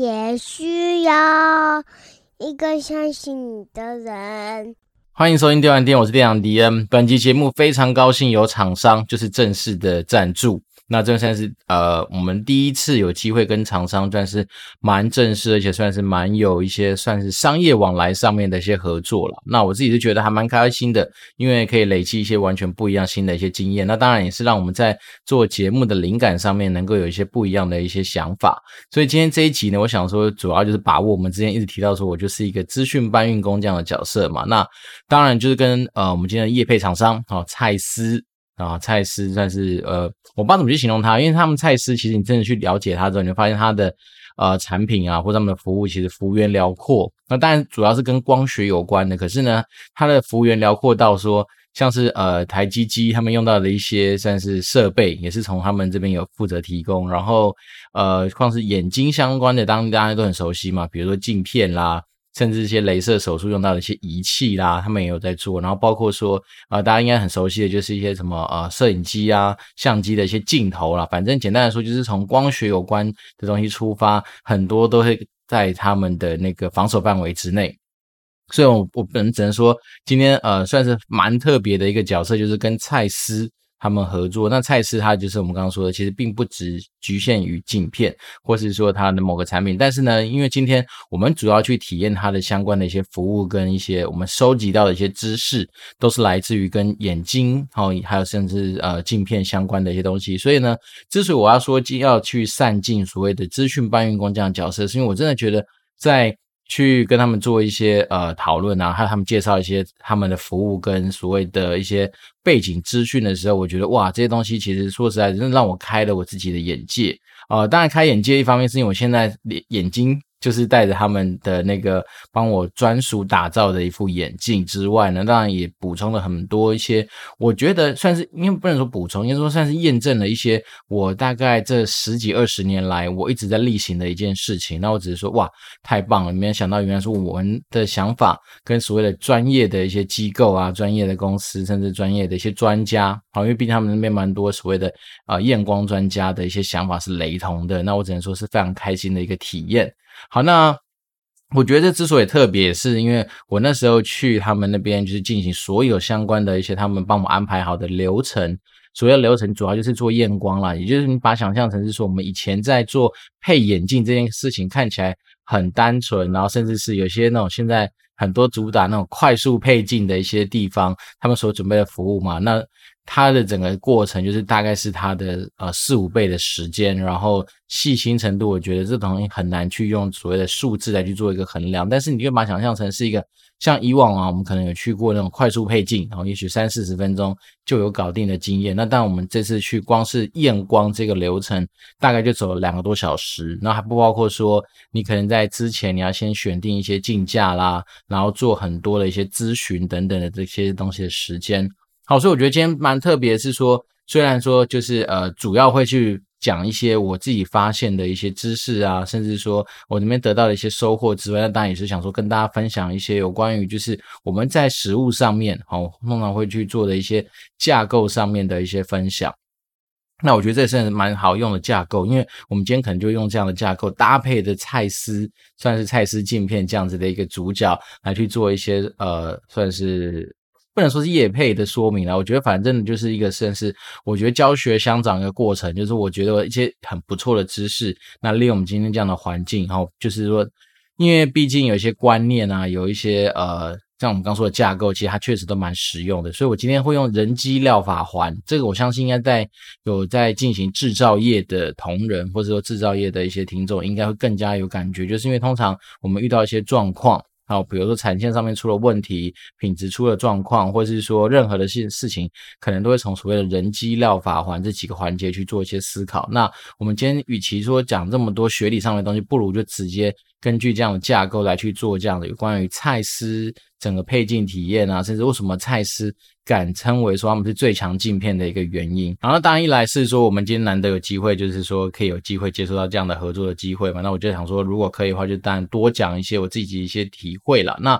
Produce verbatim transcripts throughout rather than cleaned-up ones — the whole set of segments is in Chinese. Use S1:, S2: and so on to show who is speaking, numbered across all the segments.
S1: 也需要一个相信你的人。
S2: 欢迎收听电玩店，我是店长迪恩。本期节目非常高兴有厂商就是正式的赞助，那这算是呃我们第一次有机会跟厂商算是蛮正式，而且算是蛮有一些算是商业往来上面的一些合作啦。那我自己是觉得还蛮开心的，因为可以累积一些完全不一样新的一些经验，那当然也是让我们在做节目的灵感上面能够有一些不一样的一些想法。所以今天这一集呢，我想说主要就是把握我们之前一直提到说我就是一个资讯搬运工这样的角色嘛，那当然就是跟呃我们今天的业配厂商哦蔡司啊，蔡司算是呃我不知道怎么去形容它，因为他们蔡司其实你真的去了解它之后，你会发现它的呃产品啊或者他们的服务其实幅员辽阔。那当然主要是跟光学有关的，可是呢它的幅员辽阔到说像是呃台积机他们用到的一些算是设备也是从他们这边有负责提供，然后呃光是眼睛相关的当然大家都很熟悉嘛，比如说镜片啦，甚至一些雷射手术用到的一些仪器啦，他们也有在做，然后包括说呃大家应该很熟悉的就是一些什么呃摄影机啊相机的一些镜头啦，反正简单来说就是从光学有关的东西出发，很多都会在他们的那个防守范围之内。所以我我本人只能说今天呃算是蛮特别的一个角色，就是跟蔡司他们合作。那蔡司它就是我们刚刚说的其实并不只局限于镜片或是说它的某个产品，但是呢因为今天我们主要去体验它的相关的一些服务跟一些我们收集到的一些知识都是来自于跟眼睛、哦、还有甚至呃镜片相关的一些东西。所以呢之所以我要说要去善尽所谓的资讯搬运工这样的角色，是因为我真的觉得在去跟他们做一些呃讨论啊，还有他们介绍一些他们的服务跟所谓的一些背景资讯的时候，我觉得哇这些东西其实说实在真的让我开了我自己的眼界。呃当然开眼界一方面是因为我现在眼睛就是带着他们的那个帮我专属打造的一副眼镜之外呢，当然也补充了很多一些我觉得算是因为不能说补充，应该说算是验证了一些我大概这十几二十年来我一直在例行的一件事情。那我只是说哇太棒了，没有想到原来说我们的想法跟所谓的专业的一些机构啊专业的公司甚至专业的一些专家，因为毕竟他们那边蛮多所谓的呃验光专家的一些想法是雷同的，那我只能说是非常开心的一个体验。好，那我觉得这之所以特别也是因为我那时候去他们那边就是进行所有相关的一些他们帮我安排好的流程，所谓的流程主要就是做验光啦，也就是你把它想象成是说我们以前在做配眼镜这件事情看起来很单纯，然后甚至是有些那种现在很多主打那种快速配镜的一些地方他们所准备的服务嘛，那它的整个过程就是大概是它的呃四五倍的时间，然后细心程度我觉得这东西很难去用所谓的数字来去做一个衡量，但是你就把它想象成是一个像以往啊我们可能有去过那种快速配镜，然后也许三四十分钟就有搞定的经验，那但我们这次去光是验光这个流程大概就走了两个多小时，然后还不包括说你可能在之前你要先选定一些镜架啦，然后做很多的一些咨询等等的这些东西的时间。好，所以我觉得今天蛮特别的是说虽然说就是呃主要会去讲一些我自己发现的一些知识啊，甚至说我这边得到的一些收获之外，那当然也是想说跟大家分享一些有关于就是我们在实务上面哦通常会去做的一些架构上面的一些分享。那我觉得这是蛮好用的架构，因为我们今天可能就用这样的架构搭配的蔡司算是蔡司镜片这样子的一个主角来去做一些呃算是不能说是业配的说明啦，我觉得反正就是一个算是我觉得教学相长的过程，就是我觉得一些很不错的知识，那利用我们今天这样的环境，然后就是说因为毕竟有一些观念啊，有一些呃像我们刚说的架构其实它确实都蛮实用的，所以我今天会用人机料法环，这个我相信应该在有在进行制造业的同仁或者说制造业的一些听众应该会更加有感觉，就是因为通常我们遇到一些状况好，比如说产线上面出了问题，品质出了状况，或是说任何的事情可能都会从所谓的人机料法环这几个环节去做一些思考。那我们今天与其说讲这么多学理上的东西，不如就直接根据这样的架构来去做这样的有关于蔡司整个配镜体验啊，甚至为什么蔡司敢称为说他们是最强镜片的一个原因。然后当然一来是说我们今天难得有机会，就是说可以有机会接触到这样的合作的机会嘛，那我就想说如果可以的话就当然多讲一些我自己一些体会啦。那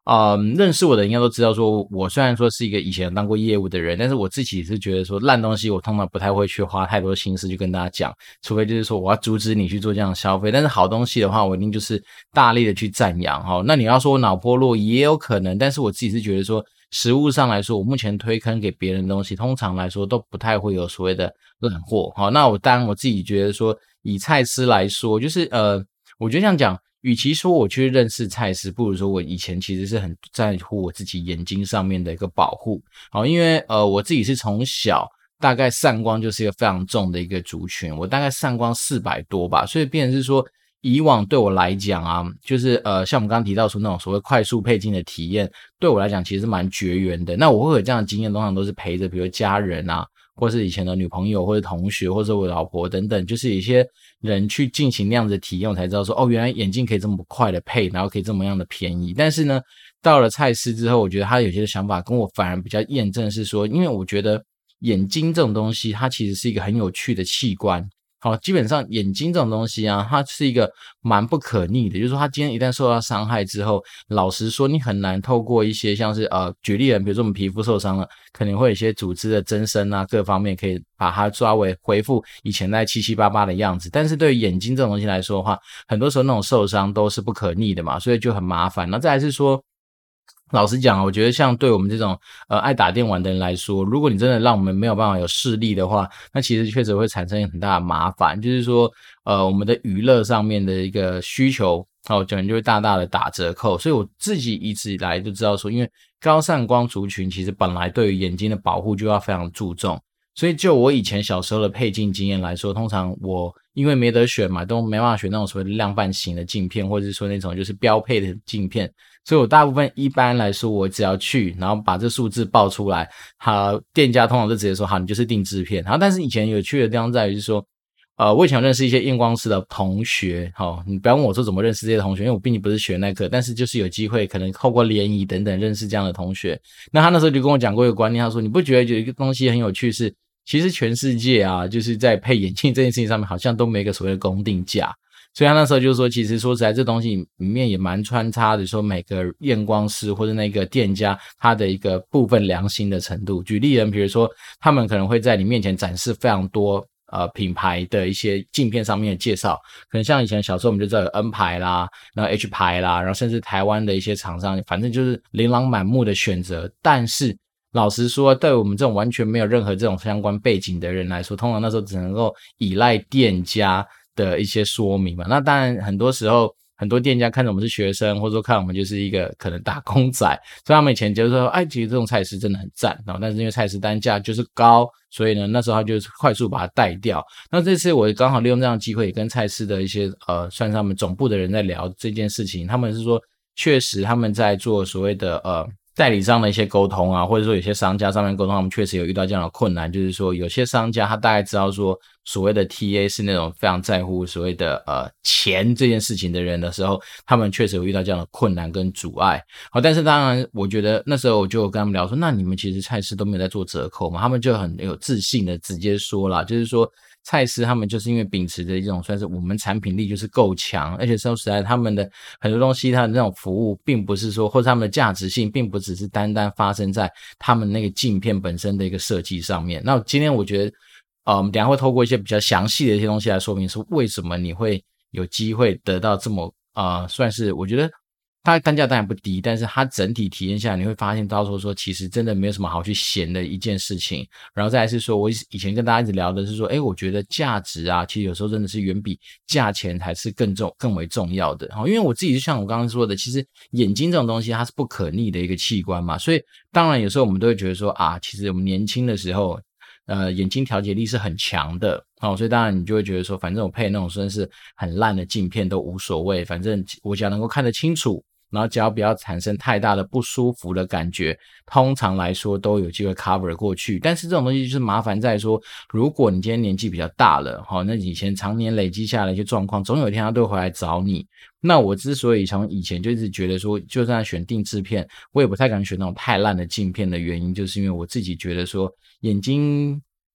S2: 呃，认识我的应该都知道说，我虽然说是一个以前当过业务的人，但是我自己是觉得说烂东西我通常不太会去花太多心思去跟大家讲，除非就是说我要阻止你去做这样的消费，但是好东西的话我一定就是大力的去赞扬齁。那你要说我脑波弱也有可能，但是我自己是觉得说实物上来说，我目前推坑给别人的东西通常来说都不太会有所谓的烂货。好，那我当然我自己觉得说以蔡司来说，就是呃我觉得这样讲，与其说我去认识蔡司，不如说我以前其实是很在乎我自己眼睛上面的一个保护。好，因为呃我自己是从小大概散光就是一个非常重的一个族群，我大概散光四百多吧，所以变成是说以往对我来讲啊，就是呃像我们刚刚提到说那种所谓快速配镜的体验，对我来讲其实是蛮绝缘的。那我会有这样的经验，通常都是陪着比如家人啊，或是以前的女朋友或者同学或者我老婆等等，就是有一些人去进行那样子的体验，我才知道说哦，原来眼镜可以这么快的配，然后可以这么样的便宜。但是呢到了蔡司之后，我觉得他有些想法跟我反而比较验证，是说因为我觉得眼睛这种东西它其实是一个很有趣的器官。好，基本上眼睛这种东西啊，它是一个蛮不可逆的，就是说它今天一旦受到伤害之后，老实说你很难透过一些像是呃举例人，比如说我们皮肤受伤了，可能会有一些组织的增生啊，各方面可以把它抓为恢复以前那七七八八的样子。但是对于眼睛这种东西来说的话，很多时候那种受伤都是不可逆的嘛，所以就很麻烦。那再来是说老实讲，我觉得像对我们这种呃爱打电玩的人来说，如果你真的让我们没有办法有视力的话，那其实确实会产生很大的麻烦，就是说呃我们的娱乐上面的一个需求哦，可能就会大大的打折扣。所以我自己一直以来就知道说，因为高散光族群其实本来对于眼睛的保护就要非常注重，所以就我以前小时候的配镜经验来说，通常我因为没得选嘛，都没办法选那种所谓的量贩型的镜片，或者是说那种就是标配的镜片，所以我大部分一般来说我只要去然后把这数字报出来，好，店家通常就直接说好，你就是定制片。然后但是以前有趣的地方在于是说呃，我以前有认识一些验光师的同学，好、哦，你不要问我说怎么认识这些同学，因为我毕竟不是学那课，但是就是有机会可能透过联谊等等认识这样的同学。那他那时候就跟我讲过一个观念，他说你不觉得有一个东西很有趣是，其实全世界啊，就是在配眼镜这件事情上面好像都没一个所谓的公定价。所以他那时候就说，其实说实在这东西里面也蛮穿插的，说每个验光师或者那个店家他的一个部分良心的程度。举例人比如说他们可能会在你面前展示非常多呃品牌的一些镜片上面的介绍，可能像以前小时候我们就知道有 N 牌啦，然后 H 牌啦，然后甚至台湾的一些厂商，反正就是琳琅满目的选择。但是老实说，对我们这种完全没有任何这种相关背景的人来说，通常那时候只能够依赖店家的一些说明嘛。那当然很多时候很多店家看着我们是学生，或者说看我们就是一个可能打工仔，所以他们以前就是说哎，其实这种菜式真的很赞，然后但是因为菜式单价就是高，所以呢那时候他就快速把它带掉。那这次我刚好利用这样的机会也跟菜式的一些呃算是他们总部的人在聊这件事情，他们是说确实他们在做所谓的呃代理商的一些沟通啊，或者说有些商家上面沟通，他们确实有遇到这样的困难，就是说有些商家他大概知道说所谓的 T A 是那种非常在乎所谓的呃钱这件事情的人的时候，他们确实有遇到这样的困难跟阻碍。好，但是当然我觉得那时候我就跟他们聊说，那你们其实菜市都没有在做折扣嘛，他们就很有自信的直接说啦，就是说蔡司他们就是因为秉持着一种算是我们产品力就是够强，而且说实在他们的很多东西它的那种服务并不是说或者他们的价值性并不只是单单发生在他们那个镜片本身的一个设计上面。那今天我觉得呃，我们等一下会透过一些比较详细的一些东西来说明说为什么你会有机会得到这么呃，算是我觉得它的单价当然不低，但是它整体体验下来你会发现到说说其实真的没有什么好去嫌的一件事情。然后再来是说我以前跟大家一直聊的是说诶我觉得价值啊其实有时候真的是远比价钱才是更重更为重要的。因为我自己就像我刚刚说的，其实眼睛这种东西它是不可逆的一个器官嘛，所以当然有时候我们都会觉得说啊其实我们年轻的时候呃，眼睛调节力是很强的，哦，所以当然你就会觉得说，反正我配那种真的是很烂的镜片都无所谓，反正我只要能够看得清楚，然后只要不要产生太大的不舒服的感觉，通常来说都有机会 cover 过去。但是这种东西就是麻烦在说，如果你今天年纪比较大了，齁，那以前常年累积下来一些状况，总有一天他都会回来找你。那我之所以从以前就一直觉得说，就算选定制片，我也不太敢选那种太烂的镜片的原因，就是因为我自己觉得说，眼睛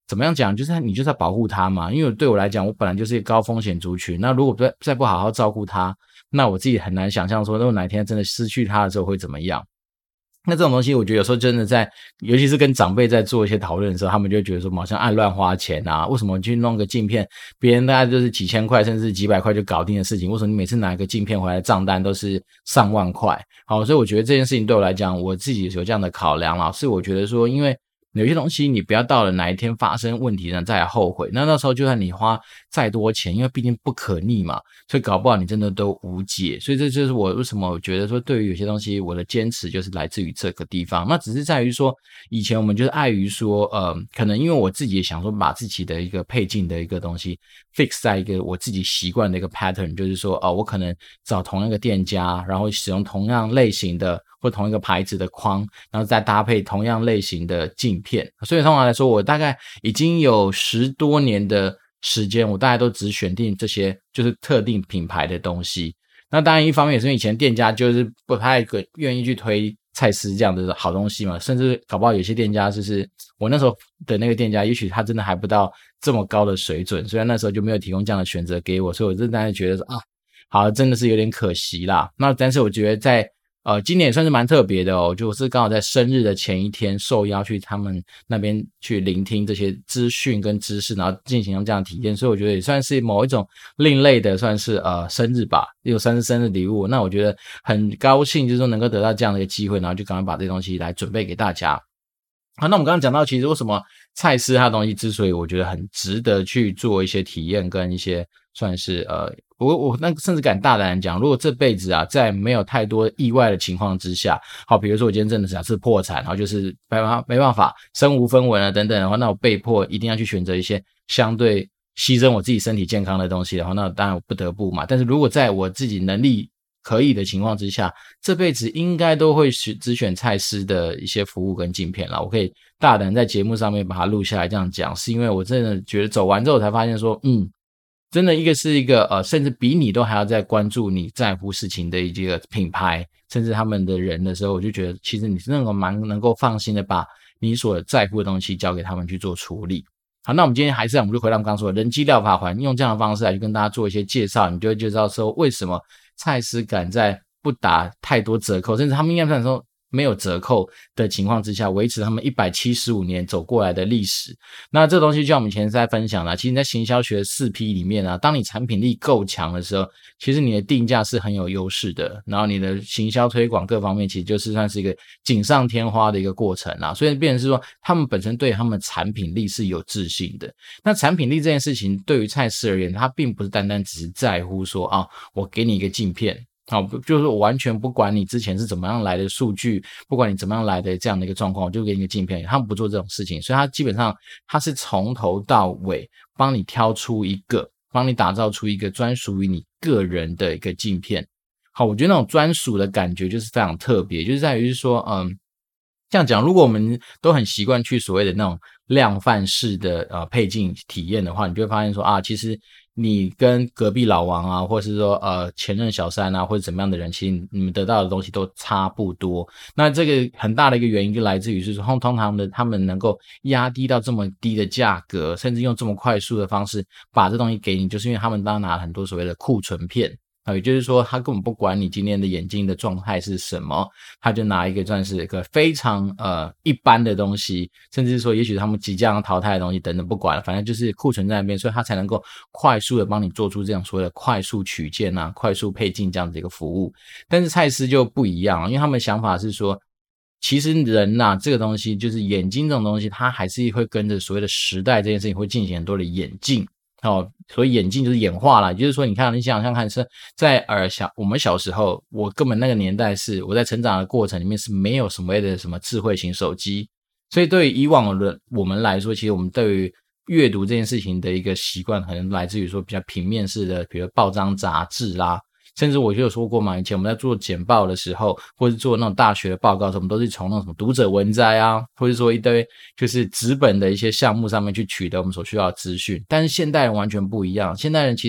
S2: 怎么样讲，就是你就是要保护它嘛，因为对我来讲，我本来就是一个高风险族群，那如果再再不好好照顾它，那我自己很难想象说，如果哪一天真的失去它的时候会怎么样。那这种东西我觉得有时候真的在尤其是跟长辈在做一些讨论的时候，他们就会觉得说好像爱乱花钱啊，为什么去弄个镜片，别人大概就是几千块甚至几百块就搞定的事情，为什么你每次拿一个镜片回来账单都是上万块。好，所以我觉得这件事情对我来讲，我自己有这样的考量啦，是我觉得说因为有些东西你不要到了哪一天发生问题呢再来后悔，那那时候就算你花再多钱，因为毕竟不可逆嘛，所以搞不好你真的都无解。所以这就是我为什么我觉得说对于有些东西我的坚持就是来自于这个地方。那只是在于说以前我们就是碍于说呃，可能因为我自己也想说把自己的一个配镜的一个东西 fix 在一个我自己习惯的一个 pattern， 就是说哦、呃，我可能找同一个店家，然后使用同样类型的或同一个牌子的框，然后再搭配同样类型的镜片。所以通常来说，我大概已经有十多年的时间，我大概都只选定这些就是特定品牌的东西。那当然一方面也是因为以前店家就是不太愿意去推蔡司这样的好东西嘛，甚至搞不好有些店家就是我那时候的那个店家，也许他真的还不到这么高的水准，虽然那时候就没有提供这样的选择给我，所以我真的觉得说啊，好，真的是有点可惜啦。那但是我觉得在呃，今年也算是蛮特别的哦，就是刚好在生日的前一天受邀去他们那边去聆听这些资讯跟知识，然后进行这样的体验，所以我觉得也算是某一种另类的算是呃生日吧，有算是生日礼物。那我觉得很高兴就是说能够得到这样的一个机会，然后就赶快把这些东西来准备给大家。好，那我们刚刚讲到其实为什么蔡司它的东西之所以我觉得很值得去做一些体验跟一些算是呃我我那甚至敢大胆地讲，如果这辈子啊在没有太多意外的情况之下，好比如说我今天真的假设破产，然后就是没办法没办法身无分文啊等等的话，那我被迫一定要去选择一些相对牺牲我自己身体健康的东西的话，那当然我不得不嘛。但是如果在我自己能力可以的情况之下，这辈子应该都会只选蔡司的一些服务跟镜片啦。我可以大胆在节目上面把它录下来这样讲，是因为我真的觉得走完之后才发现说嗯真的一个是一个呃，甚至比你都还要在关注你在乎事情的一个品牌，甚至他们的人的时候，我就觉得其实你是那种蛮能够放心的把你所在乎的东西交给他们去做处理。好，那我们今天还是我们就回到我们刚刚说的人机疗法环，用这样的方式来去跟大家做一些介绍，你就会知道说为什么蔡司敢在不打太多折扣，甚至他们应该算说没有折扣的情况之下，维持他们一百七十五年走过来的历史。那这东西就像我们以前在分享的，其实你在行销学四 P 里面啊，当你产品力够强的时候，其实你的定价是很有优势的，然后你的行销推广各方面其实就是算是一个锦上添花的一个过程啊。所以变成是说他们本身对他们产品力是有自信的。那产品力这件事情对于蔡司而言，它并不是单单只是在乎说啊，我给你一个镜片，好，就是我完全不管你之前是怎么样来的数据，不管你怎么样来的这样的一个状况，我就给你一个镜片。他们不做这种事情，所以他基本上他是从头到尾帮你挑出一个，帮你打造出一个专属于你个人的一个镜片。好，我觉得那种专属的感觉就是非常特别，就是在于说嗯，这样讲，如果我们都很习惯去所谓的那种量贩式的呃配镜体验的话，你就会发现说啊，其实你跟隔壁老王啊，或是说呃前任小三啊，或者怎么样的人，其实你们得到的东西都差不多。那这个很大的一个原因就来自于是说，通常的他们能够压低到这么低的价格，甚至用这么快速的方式把这东西给你，就是因为他们当然拿了很多所谓的库存片。也就是说他根本不管你今天的眼睛的状态是什么，他就拿一个算是一个非常呃一般的东西，甚至说也许他们即将要淘汰的东西等等不管了，反正就是库存在那边，所以他才能够快速的帮你做出这样所谓的快速取件啊快速配镜这样的一个服务。但是蔡司就不一样，因为他们的想法是说其实人啊这个东西就是眼睛这种东西，它还是会跟着所谓的时代这件事情会进行很多的演进。哦，所以眼镜就是演化啦，就是说你看你想想看，是在呃小我们小时候，我根本那个年代是我在成长的过程里面是没有什么的什么智慧型手机，所以对于以往的我们来说，其实我们对于阅读这件事情的一个习惯可能来自于说比较平面式的，比如报章杂志啦，甚至我就有说过嘛，以前我们在做简报的时候，或是做那种大学的报告的时候，我们都是从那种什么读者文摘啊，或者说一堆就是纸本的一些项目上面去取得我们所需要的资讯。但是现代人完全不一样，现代人其实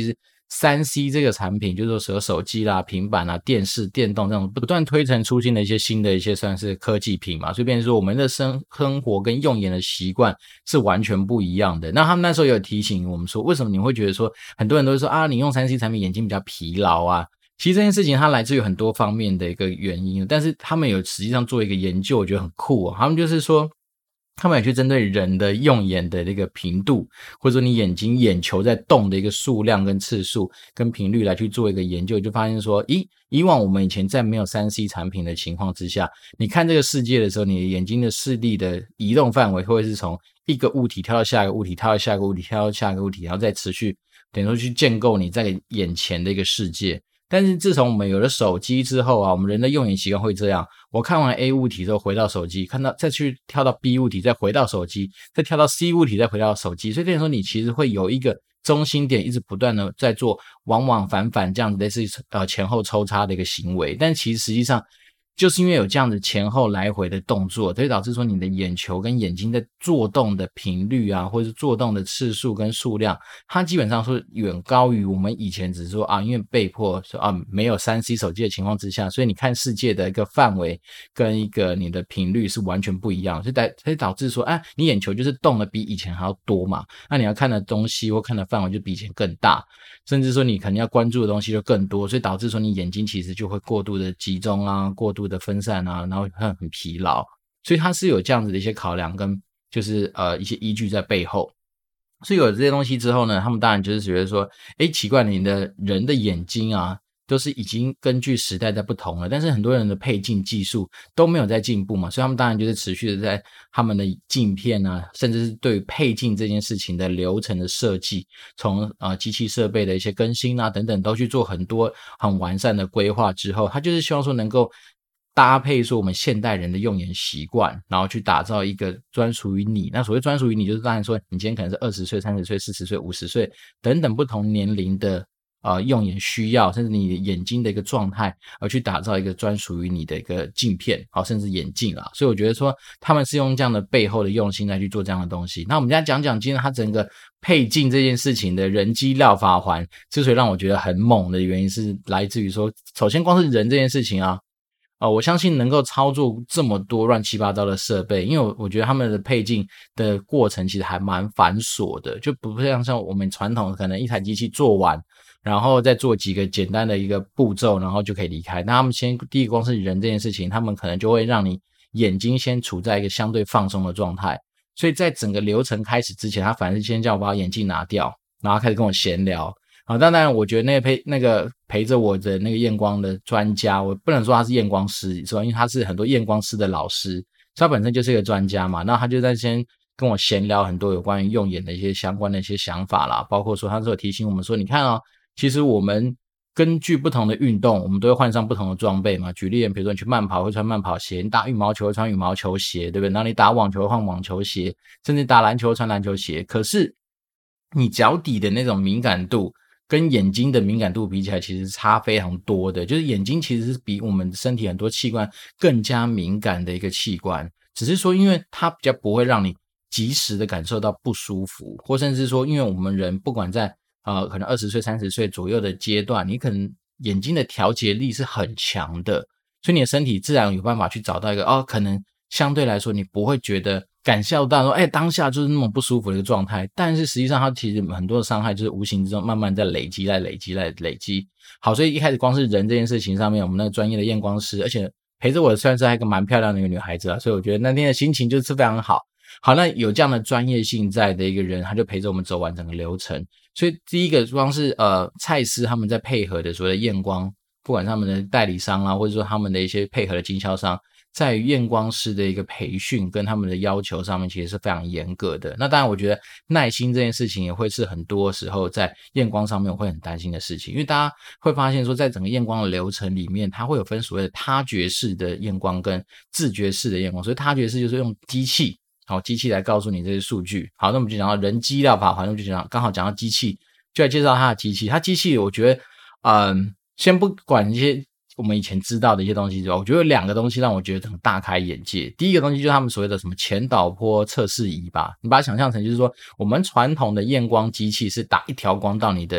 S2: 三 C 这个产品，就是说手机啦、平板啦、电视、电动这种不断推陈出新的一些新的一些算是科技品嘛，所以变成说我们的生生活跟用眼的习惯是完全不一样的。那他们那时候有提醒我们说，为什么你会觉得说很多人都会说啊，你用三 C 产品眼睛比较疲劳啊？其实这件事情它来自于很多方面的一个原因，但是他们有实际上做一个研究，我觉得很酷哦。他们就是说，他们也去针对人的用眼的这个频度，或者说你眼睛眼球在动的一个数量跟次数跟频率来去做一个研究，就发现说，咦，以往我们以前在没有 三 C 产品的情况之下，你看这个世界的时候，你的眼睛的视力的移动范围会是从一个物体跳到下一个物体，跳到下一个物体，跳到下一个物体，然后再持续等于说去建构你在眼前的一个世界。但是自从我们有了手机之后啊，我们人的用眼习惯会这样，我看完 A 物体之后回到手机，看到再去跳到 B 物体，再回到手机，再跳到 C 物体，再回到手机，所以变成说你其实会有一个中心点一直不断的在做往往反反这样类似呃前后抽插的一个行为，但其实实际上就是因为有这样子前后来回的动作，所以导致说你的眼球跟眼睛在做动的频率啊，或者是做动的次数跟数量，它基本上是远高于我们以前只是说啊，因为被迫说啊没有 三 C 手机的情况之下，所以你看世界的一个范围跟一个你的频率是完全不一样，所以导所以导致说啊，你眼球就是动的比以前还要多嘛，那你要看的东西或看的范围就比以前更大，甚至说你可能要关注的东西就更多，所以导致说你眼睛其实就会过度的集中啊，过度的分散啊，然后很很疲劳，所以它是有这样子的一些考量跟就是呃一些依据在背后。所以有了这些东西之后呢，他们当然就是觉得说，诶，奇怪，你的人的眼睛啊都是已经根据时代在不同了，但是很多人的配镜技术都没有在进步嘛，所以他们当然就是持续的在他们的镜片啊，甚至是对于配镜这件事情的流程的设计，从呃机器设备的一些更新啊等等，都去做很多很完善的规划之后，他就是希望说能够搭配说我们现代人的用眼习惯，然后去打造一个专属于你。那所谓专属于你，就是当然说你今天可能是二十岁、三十岁、四十岁、五十岁等等不同年龄的呃用眼需要，甚至你的眼睛的一个状态，而去打造一个专属于你的一个镜片，好，甚至眼镜啦。所以我觉得说他们是用这样的背后的用心来去做这样的东西。那我们再讲讲今天它整个配镜这件事情的人机料法环，之所以让我觉得很猛的原因是来自于说，首先光是人这件事情啊。呃，我相信能够操作这么多乱七八糟的设备，因为我我觉得他们的配镜的过程其实还蛮繁琐的，就不像像我们传统可能一台机器做完，然后再做几个简单的一个步骤，然后就可以离开。那他们先第一个光是人这件事情，他们可能就会让你眼睛先处在一个相对放松的状态，所以在整个流程开始之前，他反而是先叫我把眼镜拿掉，然后开始跟我闲聊。好，当然我觉得那个陪那个陪着我的那个验光的专家，我不能说他是验光师，是吧？因为他是很多验光师的老师，他本身就是一个专家嘛。那他就在先跟我闲聊很多有关于用眼的一些相关的一些想法啦，包括说他是有提醒我们说，你看哦，其实我们根据不同的运动，我们都会换上不同的装备嘛。举例，比如说你去慢跑会穿慢跑鞋，你打羽毛球会穿羽毛球鞋，对不对？然后你打网球会换网球鞋，甚至打篮球会穿篮球鞋。可是你脚底的那种敏感度跟眼睛的敏感度比起来其实差非常多的，就是眼睛其实是比我们身体很多器官更加敏感的一个器官，只是说因为它比较不会让你及时的感受到不舒服，或甚至说因为我们人不管在呃可能二十岁三十岁左右的阶段，你可能眼睛的调节力是很强的，所以你的身体自然有办法去找到一个哦，可能相对来说你不会觉得感受到说，哎，当下就是那么不舒服的一个状态，但是实际上它其实很多的伤害就是无形之中慢慢在累积、在累积、在累积。好，所以一开始光是人这件事情上面，我们那个专业的验光师，而且陪着我虽然是一个蛮漂亮的一个女孩子啊，所以我觉得那天的心情就是非常好。好，那有这样的专业性在的一个人，他就陪着我们走完整个流程。所以第一个光是呃蔡司他们在配合的所谓的验光，不管他们的代理商啊，或者说他们的一些配合的经销商，在于验光师的一个培训跟他们的要求上面其实是非常严格的。那当然我觉得耐心这件事情也会是很多时候在验光上面我会很担心的事情，因为大家会发现说在整个验光的流程里面，它会有分所谓的他觉式的验光跟自觉式的验光。所以他觉式就是用机器好，机器来告诉你这些数据。好，那我们就讲到人机料法环，我们就讲刚好讲到机器，就来介绍它的机器。它机器我觉得嗯，先不管一些我们以前知道的一些东西之外，我觉得有两个东西让我觉得很大开眼界。第一个东西就是他们所谓的什么前导波测试仪吧，你把它想象成就是说我们传统的验光机器是打一条光到你的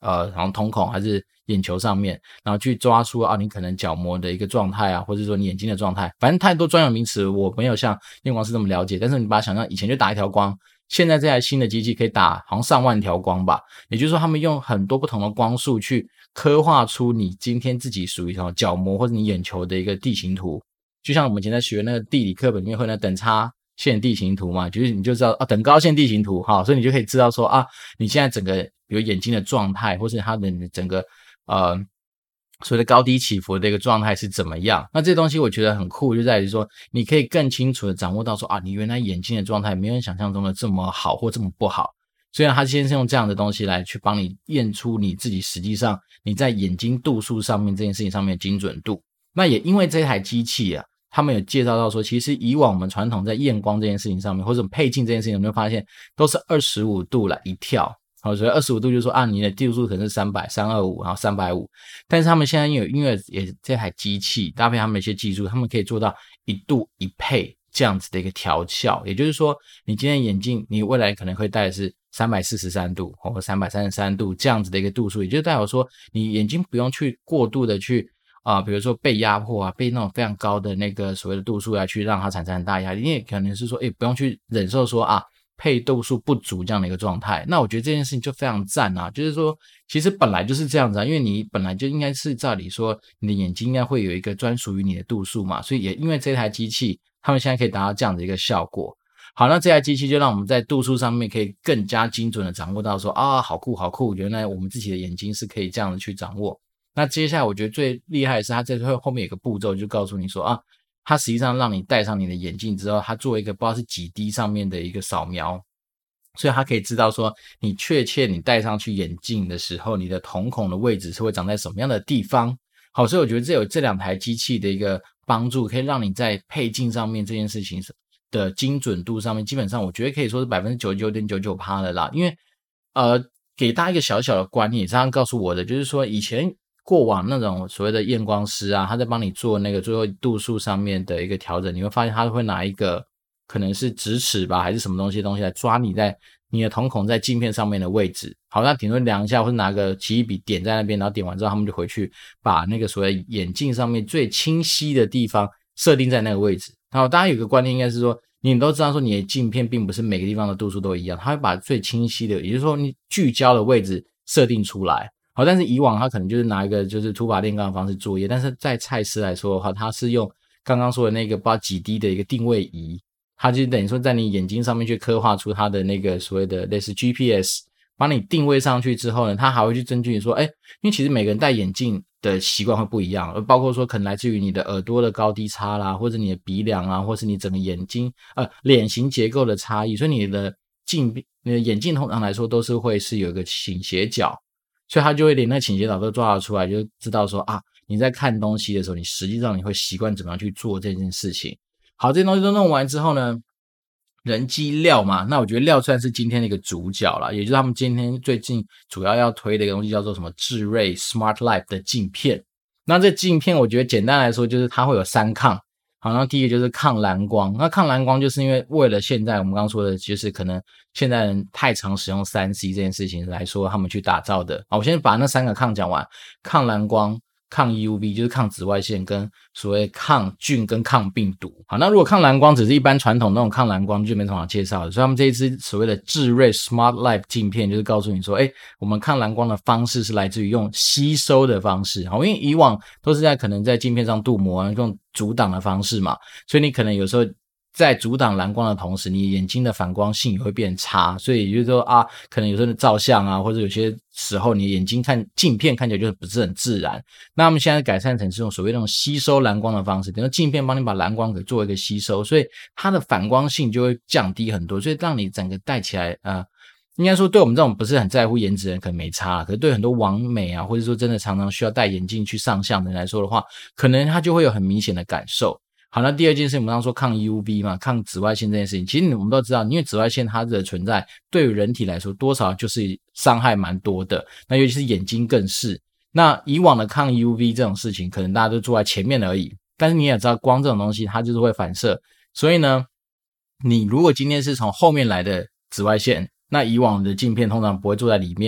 S2: 呃，好像瞳孔还是眼球上面，然后去抓出啊你可能角膜的一个状态啊，或者说你眼睛的状态，反正太多专有名词我没有像验光师这么了解，但是你把它想象以前就打一条光，现在这台新的机器可以打好像上万条光吧，也就是说他们用很多不同的光束去刻画出你今天自己属于什么角膜或者你眼球的一个地形图，就像我们以前在学那个地理课本里面会那等差线地形图嘛，就是你就知道啊等高线地形图，好，所以你就可以知道说啊你现在整个比如眼睛的状态或是它的整个呃所谓的高低起伏的一个状态是怎么样。那这些东西我觉得很酷，就在于说你可以更清楚的掌握到说啊你原来眼睛的状态没有想象中的这么好或这么不好，虽然他先是用这样的东西来去帮你验出你自己实际上你在眼睛度数上面这件事情上面的精准度。那也因为这台机器啊他们有介绍到说其实以往我们传统在验光这件事情上面或者配镜这件事情，我们会发现都是二十五度来一跳，好，所以二十五度就是说啊你的度数可能是三百、三百二十五然后三百五十，但是他们现在因为因为也这台机器搭配他们的一些技术，他们可以做到一度一配这样子的一个调校，也就是说你今天眼镜你未来可能会戴的是三百四十三度或三百三十三度这样子的一个度数，也就代表说你眼睛不用去过度的去啊、呃，比如说被压迫啊，被那种非常高的那个所谓的度数来去让它产生很大压力，你也可能是说诶不用去忍受说啊配度数不足这样的一个状态。那我觉得这件事情就非常赞啊，就是说其实本来就是这样子啊，因为你本来就应该是照理说你的眼睛应该会有一个专属于你的度数嘛，所以也因为这台机器他们现在可以达到这样的一个效果。好，那这台机器就让我们在度数上面可以更加精准的掌握到说啊好酷好酷，原来我们自己的眼睛是可以这样的去掌握。那接下来我觉得最厉害的是它在后面有个步骤就告诉你说啊它实际上让你戴上你的眼镜之后，它做一个不知道是几滴上面的一个扫描，所以它可以知道说你确切你戴上去眼镜的时候你的瞳孔的位置是会长在什么样的地方。好，所以我觉得这有这两台机器的一个帮助，可以让你在配镜上面这件事情的精准度上面基本上我觉得可以说是 百分之九十九点九九 的啦。因为呃，给大家一个小小的观念，也是他告诉我的，就是说以前过往那种所谓的验光师啊，他在帮你做那个最后度数上面的一个调整，你会发现他会拿一个可能是直尺吧还是什么东西的东西来抓你在你的瞳孔在镜片上面的位置。好，那顶多量一下或者拿个奇异笔点在那边，然后点完之后他们就回去把那个所谓眼镜上面最清晰的地方设定在那个位置。好，大家有个观念应该是说你都知道说你的镜片并不是每个地方的度数都一样，它会把最清晰的也就是说你聚焦的位置设定出来。好，但是以往它可能就是拿一个就是土法炼钢的方式作业，但是在蔡司来说的话，它是用刚刚说的那个不知道几滴的一个定位仪，它就等于说在你眼睛上面去刻画出它的那个所谓的类似 G P S， 帮你定位上去之后呢，它还会去根据你说诶因为其实每个人戴眼镜的习惯会不一样，而包括说可能来自于你的耳朵的高低差啦，或者你的鼻梁啊，或是你整个眼睛呃脸型结构的差异，所以你的镜你的眼镜通常来说都是会是有一个倾斜角，所以他就会连那倾斜角都抓得出来，就知道说啊你在看东西的时候你实际上你会习惯怎么样去做这件事情。好，这些东西都弄完之后呢，人机料嘛，那我觉得料算是今天的一个主角啦，也就是他们今天最近主要要推的一个东西叫做什么智瑞 Smart Life 的镜片。那这镜片我觉得简单来说就是它会有三抗。好，那第一个就是抗蓝光，那抗蓝光就是因为为了现在我们刚刚说的就是可能现在人太常使用 三 C 这件事情来说他们去打造的。好，我先把那三个抗讲完，抗蓝光、抗 U V 就是抗紫外线跟所谓抗菌跟抗病毒。好，那如果抗蓝光只是一般传统那种抗蓝光就没什么好介绍的，所以他们这一支所谓的智瑞 Smart Life 镜片就是告诉你说诶我们抗蓝光的方式是来自于用吸收的方式。好，因为以往都是在可能在镜片上镀膜用阻挡的方式嘛，所以你可能有时候在阻挡蓝光的同时你眼睛的反光性也会变差，所以也就是说啊可能有时候照相啊或者有些时候你的眼睛看镜片看起来就不是很自然。那他们现在改善成是用所谓那种吸收蓝光的方式，等于镜片帮你把蓝光给做一个吸收，所以它的反光性就会降低很多，所以让你整个戴起来呃应该说对我们这种不是很在乎颜值的人可能没差，可是对很多网美啊或者说真的常常需要戴眼镜去上相的人来说的话，可能他就会有很明显的感受。好，那第二件事我们刚刚说抗 U V 嘛，抗紫外线这件事情，其实我们都知道因为紫外线它的存在对于人体来说多少就是伤害蛮多的，那尤其是眼睛更是。那以往的抗 U V 这种事情可能大家都坐在前面而已，但是你也知道光这种东西它就是会反射，所以呢你如果今天是从后面来的紫外线，那以往的镜片通常不会坐在里面嘛，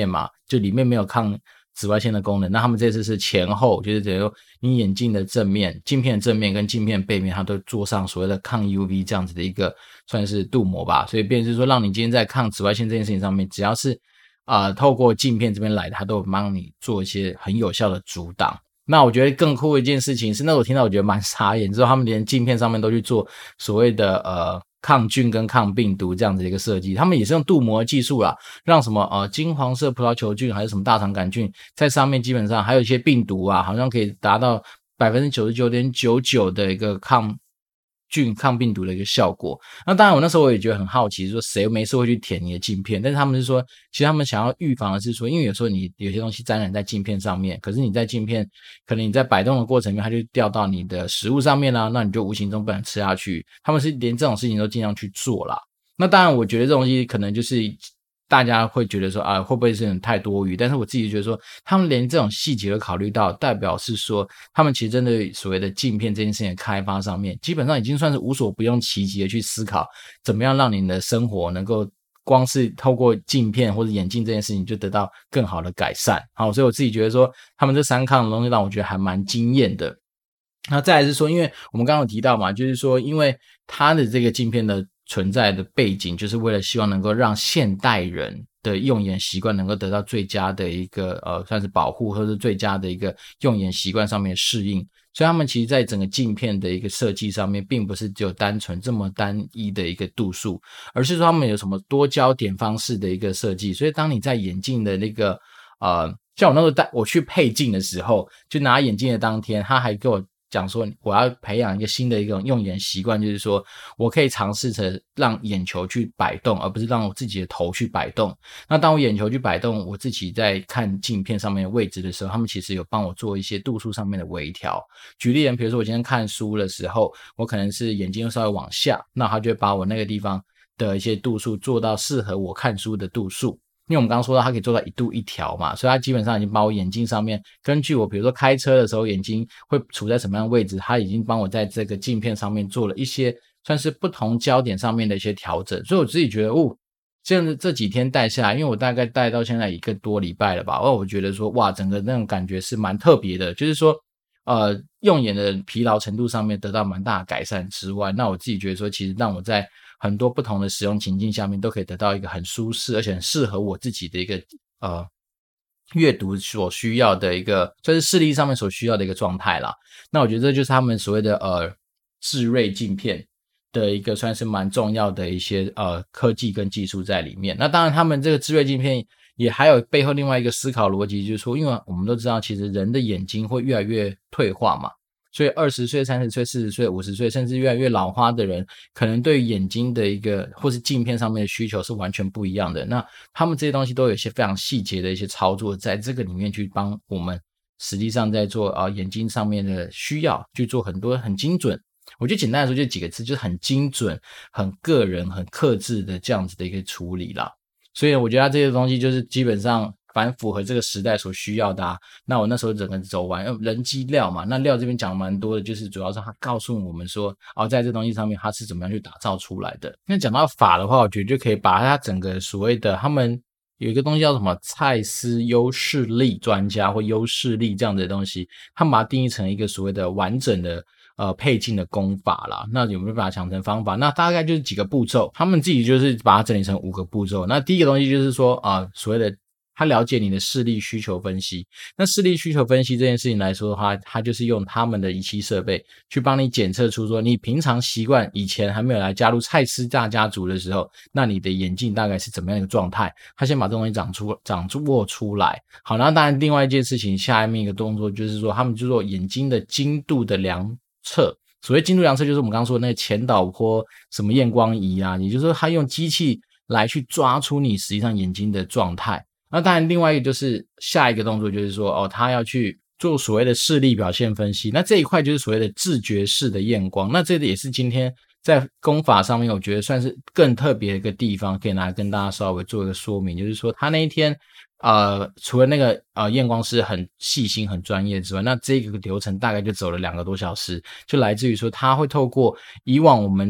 S2: 就里面没有抗紫外线的功能。那他们这次是前后，就是等于你眼镜的正面、镜片的正面跟镜片背面，它都做上所谓的抗 U V 这样子的一个算是镀膜吧。所以变成是说，让你今天在抗紫外线这件事情上面，只要是呃透过镜片这边来的，它都有帮你做一些很有效的阻挡。那我觉得更酷的一件事情是，那我听到我觉得蛮傻眼，之后他们连镜片上面都去做所谓的呃抗菌跟抗病毒这样子的一个设计，他们也是用镀膜的技术啦，让什么呃金黄色葡萄球菌还是什么大肠杆菌在上面，基本上还有一些病毒啊，好像可以达到 百分之九十九点九九 的一个抗菌抗病毒的一个效果。那当然我那时候我也觉得很好奇，说谁没事会去舔你的镜片，但是他们是说其实他们想要预防的是说，因为有时候你有些东西沾染在镜片上面，可是你在镜片可能你在摆动的过程里面它就掉到你的食物上面啦、啊，那你就无形中不能吃下去，他们是连这种事情都尽量去做啦。那当然我觉得这种东西可能就是大家会觉得说啊，会不会是很太多余？但是我自己觉得说，他们连这种细节都考虑到，代表是说，他们其实针对所谓的镜片这件事情的开发上面，基本上已经算是无所不用其极的去思考，怎么样让你的生活能够光是透过镜片或者眼镜这件事情就得到更好的改善。好，所以我自己觉得说，他们这三抗的东西让我觉得还蛮惊艳的。那再来是说，因为我们刚刚有提到嘛，就是说，因为它的这个镜片的存在的背景，就是为了希望能够让现代人的用眼习惯能够得到最佳的一个呃，算是保护，或者是最佳的一个用眼习惯上面的适应。所以他们其实在整个镜片的一个设计上面，并不是只有单纯这么单一的一个度数，而是说他们有什么多焦点方式的一个设计。所以当你在眼镜的那个呃，像我那时候带我去配镜的时候，就拿眼镜的当天，他还给我讲说我要培养一个新的一种用眼习惯，就是说我可以尝试着让眼球去摆动，而不是让我自己的头去摆动。那当我眼球去摆动，我自己在看镜片上面的位置的时候，他们其实有帮我做一些度数上面的微调。举例人，比如说我今天看书的时候，我可能是眼睛稍微往下，那他就会把我那个地方的一些度数做到适合我看书的度数。因为我们刚刚说到它可以做到一度一调嘛，所以它基本上已经把我眼睛上面，根据我比如说开车的时候眼睛会处在什么样的位置，它已经帮我在这个镜片上面做了一些算是不同焦点上面的一些调整。所以我自己觉得哦，这样子这几天戴下来，因为我大概戴到现在一个多礼拜了吧，哦，我觉得说哇，整个那种感觉是蛮特别的，就是说呃用眼的疲劳程度上面得到蛮大的改善之外，那我自己觉得说其实让我在很多不同的使用情境下面都可以得到一个很舒适而且很适合我自己的一个呃阅读所需要的一个就是视力上面所需要的一个状态啦。那我觉得这就是他们所谓的呃智锐镜片的一个算是蛮重要的一些呃科技跟技术在里面。那当然他们这个智锐镜片也还有背后另外一个思考逻辑，就是说因为我们都知道其实人的眼睛会越来越退化嘛，所以二十岁、三十岁、四十岁、五十岁甚至越来越老花的人，可能对于眼睛的一个或是镜片上面的需求是完全不一样的。那他们这些东西都有一些非常细节的一些操作在这个里面去帮我们实际上在做啊、呃、眼睛上面的需要去做很多很精准，我觉得简单来说就几个字，就是很精准、很个人、很客制的这样子的一个处理啦。所以我觉得它这些东西就是基本上反正符合这个时代所需要的啊。那我那时候整个走完人机料嘛，那料这边讲蛮多的，就是主要是他告诉我们说哦，在这东西上面它是怎么样去打造出来的。那讲到法的话，我觉得就可以把它整个所谓的他们有一个东西叫什么蔡司优视力专家或优视力这样的东西，他们把它定义成一个所谓的完整的呃配镜的功法啦。那有没有把它讲成方法？那大概就是几个步骤，他们自己就是把它整理成五个步骤。那第一个东西就是说啊、呃，所谓的他了解你的视力需求分析。那视力需求分析这件事情来说的话，他就是用他们的仪器设备去帮你检测出说你平常习惯以前还没有来加入蔡司大家族的时候，那你的眼镜大概是怎么样一个状态，他先把这东西长出长握出来。好，那当然另外一件事情，下面一个动作就是说他们就做眼睛的精度的量测。所谓精度量测就是我们刚刚说的那个前导波什么验光仪啊，也就是说他用机器来去抓出你实际上眼睛的状态。那当然另外一个就是下一个动作就是说哦，他要去做所谓的视力表现分析。那这一块就是所谓的自觉式的验光。那这个也是今天在功法上面我觉得算是更特别的一个地方，可以拿来跟大家稍微做一个说明，就是说他那一天呃，除了那个呃验光师很细心很专业之外，那这个流程大概就走了两个多小时，就来自于说他会透过以往我们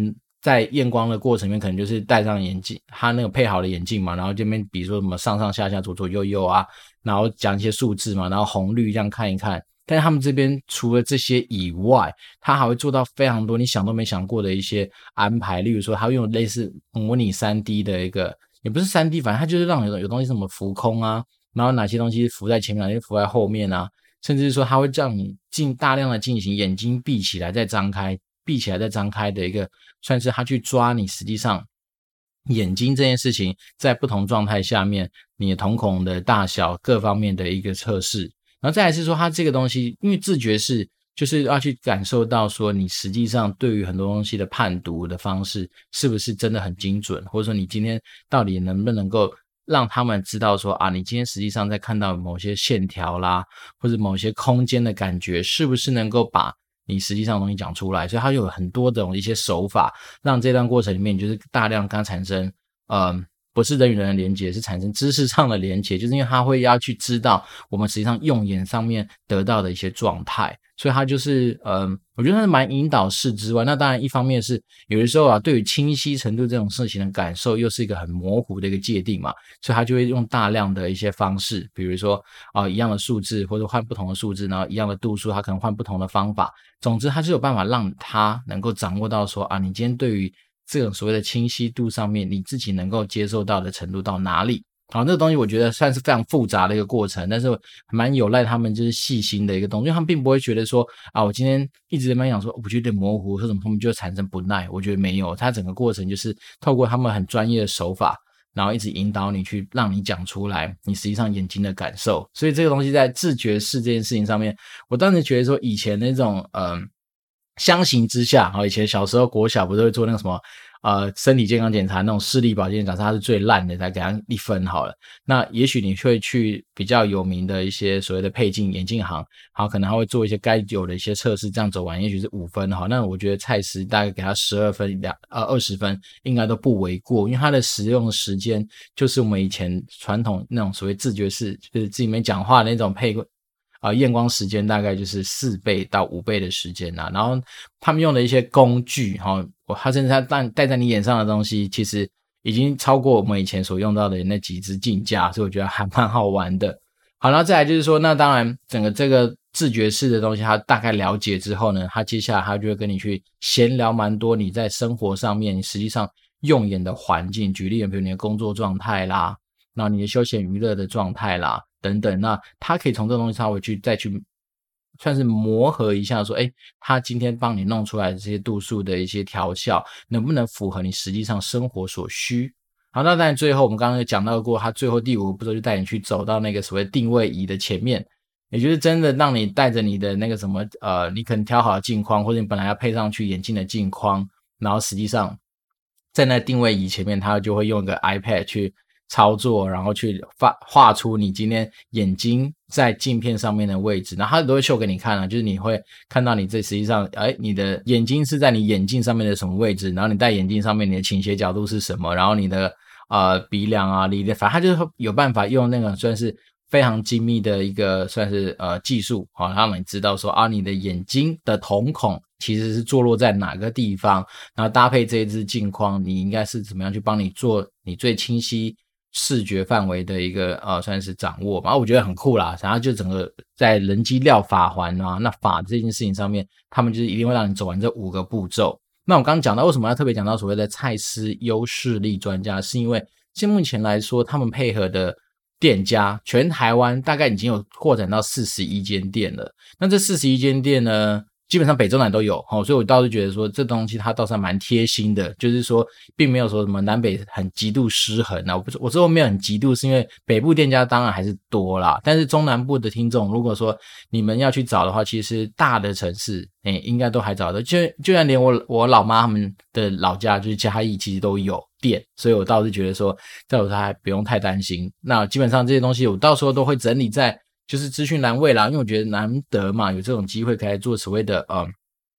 S2: 在验光的过程里面，可能就是戴上眼镜，他那个配好的眼镜嘛，然后这边比如说什么上上下下、左左右右啊，然后讲一些数字嘛，然后红绿这样看一看。但是他们这边除了这些以外，他还会做到非常多你想都没想过的一些安排，例如说他会用类似模拟 三 D 的一个，也不是 三 D， 反正他就是让有有东西什么浮空啊，然后哪些东西浮在前面，哪些浮在后面啊，甚至是说他会让你进大量的进行眼睛闭起来再张开，闭起来再张开的一个，算是他去抓你实际上眼睛这件事情在不同状态下面你的瞳孔的大小各方面的一个测试。然后再来是说它这个东西因为自觉是就是要去感受到说你实际上对于很多东西的判读的方式是不是真的很精准，或者说你今天到底能不能够让他们知道说啊，你今天实际上在看到某些线条啦，或者某些空间的感觉是不是能够把你实际上的东西讲出来。所以它有很多种一些手法让这段过程里面就是大量刚产生呃不是人与人的连结，是产生知识上的连结，就是因为他会要去知道我们实际上用眼上面得到的一些状态，所以他就是嗯、呃，我觉得他是蛮引导式之外，那当然一方面是有的时候啊，对于清晰程度这种事情的感受又是一个很模糊的一个界定嘛，所以他就会用大量的一些方式，比如说啊、呃、一样的数字或者换不同的数字，然后一样的度数他可能换不同的方法，总之他就有办法让他能够掌握到说啊，你今天对于这种所谓的清晰度上面你自己能够接受到的程度到哪里。好，那个东西我觉得算是非常复杂的一个过程，但是蛮有赖他们就是细心的一个东西，因为他们并不会觉得说啊，我今天一直在那边讲说我觉得有点模糊或什么，他们就产生不耐，我觉得没有，他整个过程就是透过他们很专业的手法，然后一直引导你去让你讲出来你实际上眼睛的感受。所以这个东西在自觉式这件事情上面，我当时觉得说以前那种嗯。呃相形之下，以前小时候国小不是会做那个什么呃身体健康检查那种视力保健，假设它是最烂的才给它一分好了，那也许你会去比较有名的一些所谓的配镜眼镜行，好，可能他会做一些该有的一些测试，这样走完也许是五分好，那我觉得蔡司大概给他十二分两呃二十分应该都不为过，因为它的使用时间就是我们以前传统那种所谓自觉式，就是自己没讲话的那种配啊、呃，验光时间大概就是四倍到五倍的时间啊，然后他们用的一些工具齁，它甚至它戴在你眼上的东西其实已经超过我们以前所用到的那几支镜架，所以我觉得还蛮好玩的。好，然后再来就是说，那当然整个这个自觉式的东西他大概了解之后呢，他接下来他就会跟你去闲聊蛮多你在生活上面你实际上用眼的环境，举例比如你的工作状态啦，然后你的休闲娱乐的状态啦等等，那他可以从这个东西稍微去再去算是磨合一下说，诶他今天帮你弄出来的这些度数的一些调校能不能符合你实际上生活所需。好，那当然最后我们刚刚有讲到过，他最后第五个步骤就带你去走到那个所谓定位仪的前面，也就是真的让你带着你的那个什么呃，你可能挑好的镜框，或者你本来要配上去眼镜的镜框，然后实际上在那定位仪前面他就会用一个 iPad 去操作，然后去画画出你今天眼睛在镜片上面的位置，然后它都会秀给你看啊，就是你会看到你这实际上哎，你的眼睛是在你眼镜上面的什么位置，然后你戴眼镜上面你的倾斜角度是什么，然后你的呃鼻梁啊离的，反正它就是有办法用那个算是非常精密的一个算是呃技术好，让你知道说啊你的眼睛的瞳孔其实是坐落在哪个地方，然后搭配这一支镜框你应该是怎么样去帮你做你最清晰视觉范围的一个呃算是掌握嘛，我觉得很酷啦。然后就整个在人机料法环啊，那法这件事情上面，他们就是一定会让你走完这五个步骤。那我刚刚讲到为什么要特别讲到所谓的蔡司优视力专家，是因为现目前来说他们配合的店家全台湾大概已经有扩展到四十一间店了。那这四十一间店呢基本上北中南都有、哦、所以我倒是觉得说这东西它倒是蛮贴心的，就是说并没有说什么南北很极度失衡啊。我不我说没有很极度是因为北部店家当然还是多啦，但是中南部的听众如果说你们要去找的话，其实大的城市诶应该都还找得到，就就算连我我老妈他们的老家就是嘉义其实都有店，所以我倒是觉得说在我这还不用太担心。那基本上这些东西我到时候都会整理在就是资讯栏位啦，因为我觉得难得嘛有这种机会可以做所谓的呃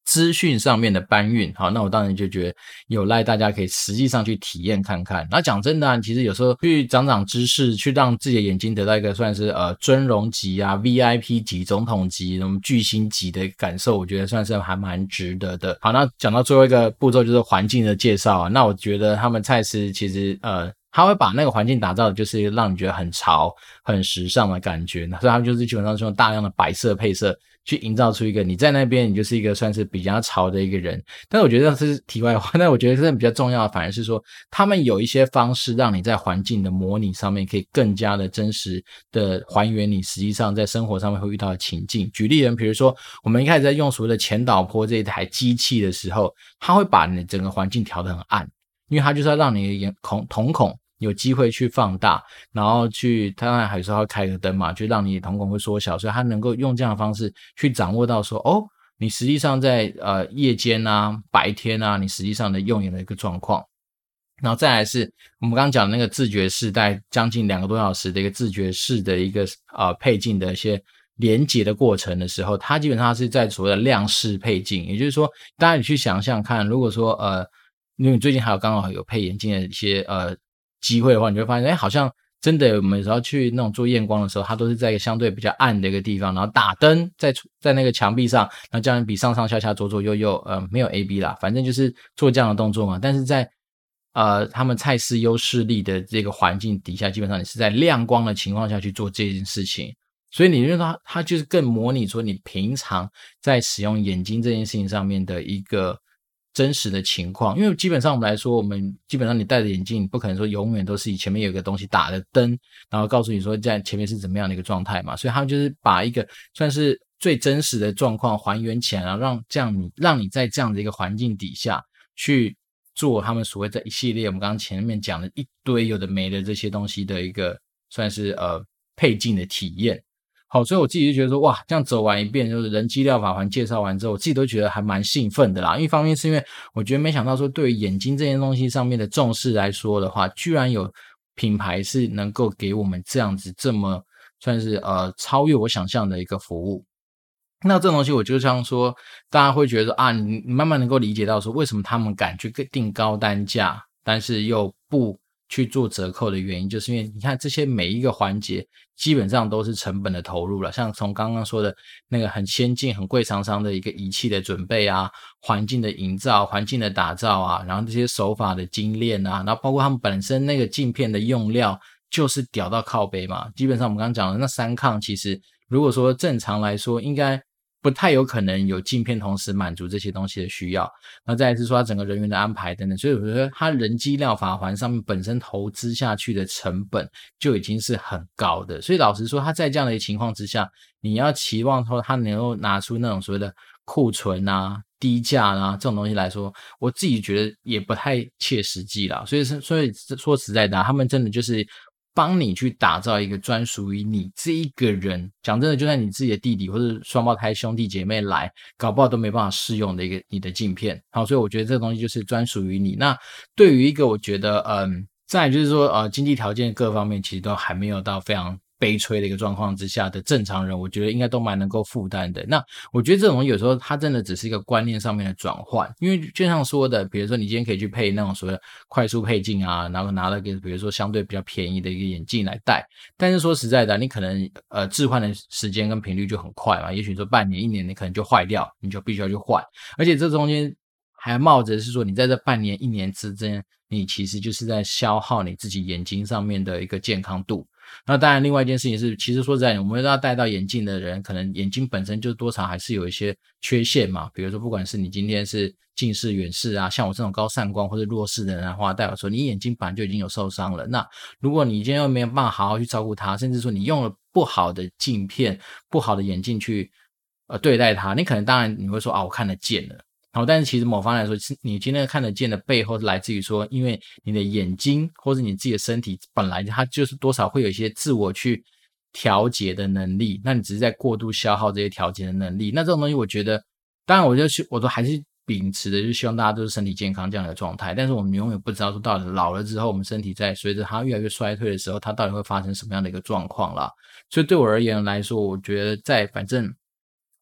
S2: 资讯上面的搬运，好，那我当然就觉得有赖大家可以实际上去体验看看。那讲真的啊，其实有时候去长长知识，去让自己的眼睛得到一个算是呃尊荣级啊、V I P 级、总统级、什么巨星级的感受，我觉得算是还蛮值得的。好，那讲到最后一个步骤就是环境的介绍啊，那我觉得他们蔡司其实呃。他会把那个环境打造的就是让你觉得很潮很时尚的感觉，所以他们就是基本上是用大量的白色配色去营造出一个你在那边你就是一个算是比较潮的一个人。但是我觉得这是题外话，但我觉得真的比较重要的反而是说他们有一些方式让你在环境的模拟上面可以更加的真实的还原你实际上在生活上面会遇到的情境。举例人比如说我们一开始在用所谓的前导坡这一台机器的时候，它会把你整个环境调得很暗，因为它就是要让你的眼孔瞳孔有机会去放大，然后去当然还是要开个灯嘛，就让你瞳孔会缩小，所以它能够用这样的方式去掌握到说哦，你实际上在呃夜间啊白天啊你实际上的用眼的一个状况。然后再来是我们刚刚讲的那个自觉式，大概将近两个多小时的一个自觉式的一个呃配镜的一些连结的过程的时候，它基本上是在所谓的量式配镜，也就是说大家你去想象看，如果说呃因为你最近还有刚好有配眼镜的一些呃机会的话，你就会发现哎，好像真的我们有时候去那种做验光的时候，它都是在一个相对比较暗的一个地方，然后打灯在在那个墙壁上，然后这样比上上下下左左右右呃没有 A B 啦，反正就是做这样的动作嘛。但是在呃他们蔡司优势力的这个环境底下，基本上你是在亮光的情况下去做这件事情，所以你认为它它就是更模拟说你平常在使用眼睛这件事情上面的一个真实的情况。因为基本上我们来说，我们基本上你戴着眼镜，你不可能说永远都是前面有一个东西打着灯，然后告诉你说在前面是怎么样的一个状态嘛，所以他们就是把一个算是最真实的状况还原起来，然后让这样你让你在这样的一个环境底下去做他们所谓的一系列我们刚刚前面讲的一堆有的没的这些东西的一个算是呃配镜的体验。好，所以我自己就觉得说哇，这样走完一遍就是人机疗法环介绍完之后，我自己都觉得还蛮兴奋的啦。因为一方面是因为我觉得没想到说对于眼睛这件东西上面的重视来说的话，居然有品牌是能够给我们这样子这么算是呃超越我想象的一个服务。那这种东西我就像说大家会觉得说啊，你你慢慢能够理解到说为什么他们敢去定高单价，但是又不去做折扣的原因，就是因为你看这些每一个环节基本上都是成本的投入了，像从刚刚说的那个很先进很贵厂商的一个仪器的准备啊，环境的营造环境的打造啊，然后这些手法的精炼啊，然后包括他们本身那个镜片的用料就是屌到靠背嘛。基本上我们刚刚讲的那三抗其实如果说正常来说应该不太有可能有镜片同时满足这些东西的需要，然后再来是说他整个人员的安排等等，所以我觉得他人机疗法环上面本身投资下去的成本就已经是很高的，所以老实说他在这样的情况之下，你要期望说他能够拿出那种所谓的库存啊低价啊这种东西来说，我自己觉得也不太切实际啦。所以所以说实在的、啊、他们真的就是帮你去打造一个专属于你这一个人，讲真的就算你自己的弟弟或者双胞胎兄弟姐妹来搞不好都没办法试用的一个你的镜片。好，所以我觉得这个东西就是专属于你。那对于一个我觉得嗯，再来就是说呃经济条件各方面其实都还没有到非常悲催的一个状况之下的正常人，我觉得应该都蛮能够负担的。那我觉得这种有时候它真的只是一个观念上面的转换，因为就像说的比如说你今天可以去配那种所谓的快速配镜啊，然后拿了个比如说相对比较便宜的一个眼镜来戴，但是说实在的你可能呃置换的时间跟频率就很快嘛，也许说半年一年你可能就坏掉，你就必须要去换，而且这中间还冒着是说你在这半年一年之间你其实就是在消耗你自己眼睛上面的一个健康度。那当然另外一件事情是其实说实在我们要戴到眼镜的人可能眼睛本身就多少还是有一些缺陷嘛，比如说不管是你今天是近视远视啊，像我这种高散光或者弱视的人的话，代表说你眼睛本来就已经有受伤了，那如果你今天又没有办法好好去照顾它，甚至说你用了不好的镜片不好的眼镜去呃对待它，你可能当然你会说啊我看得见了，好，但是其实某方来说你今天看得见的背后是来自于说因为你的眼睛或者你自己的身体本来它就是多少会有一些自我去调节的能力，那你只是在过度消耗这些调节的能力。那这种东西我觉得当然我就我都还是秉持的就是希望大家都是身体健康这样的状态，但是我们永远不知道说到底老了之后我们身体在随着它越来越衰退的时候它到底会发生什么样的一个状况啦。所以对我而言来说，我觉得在反正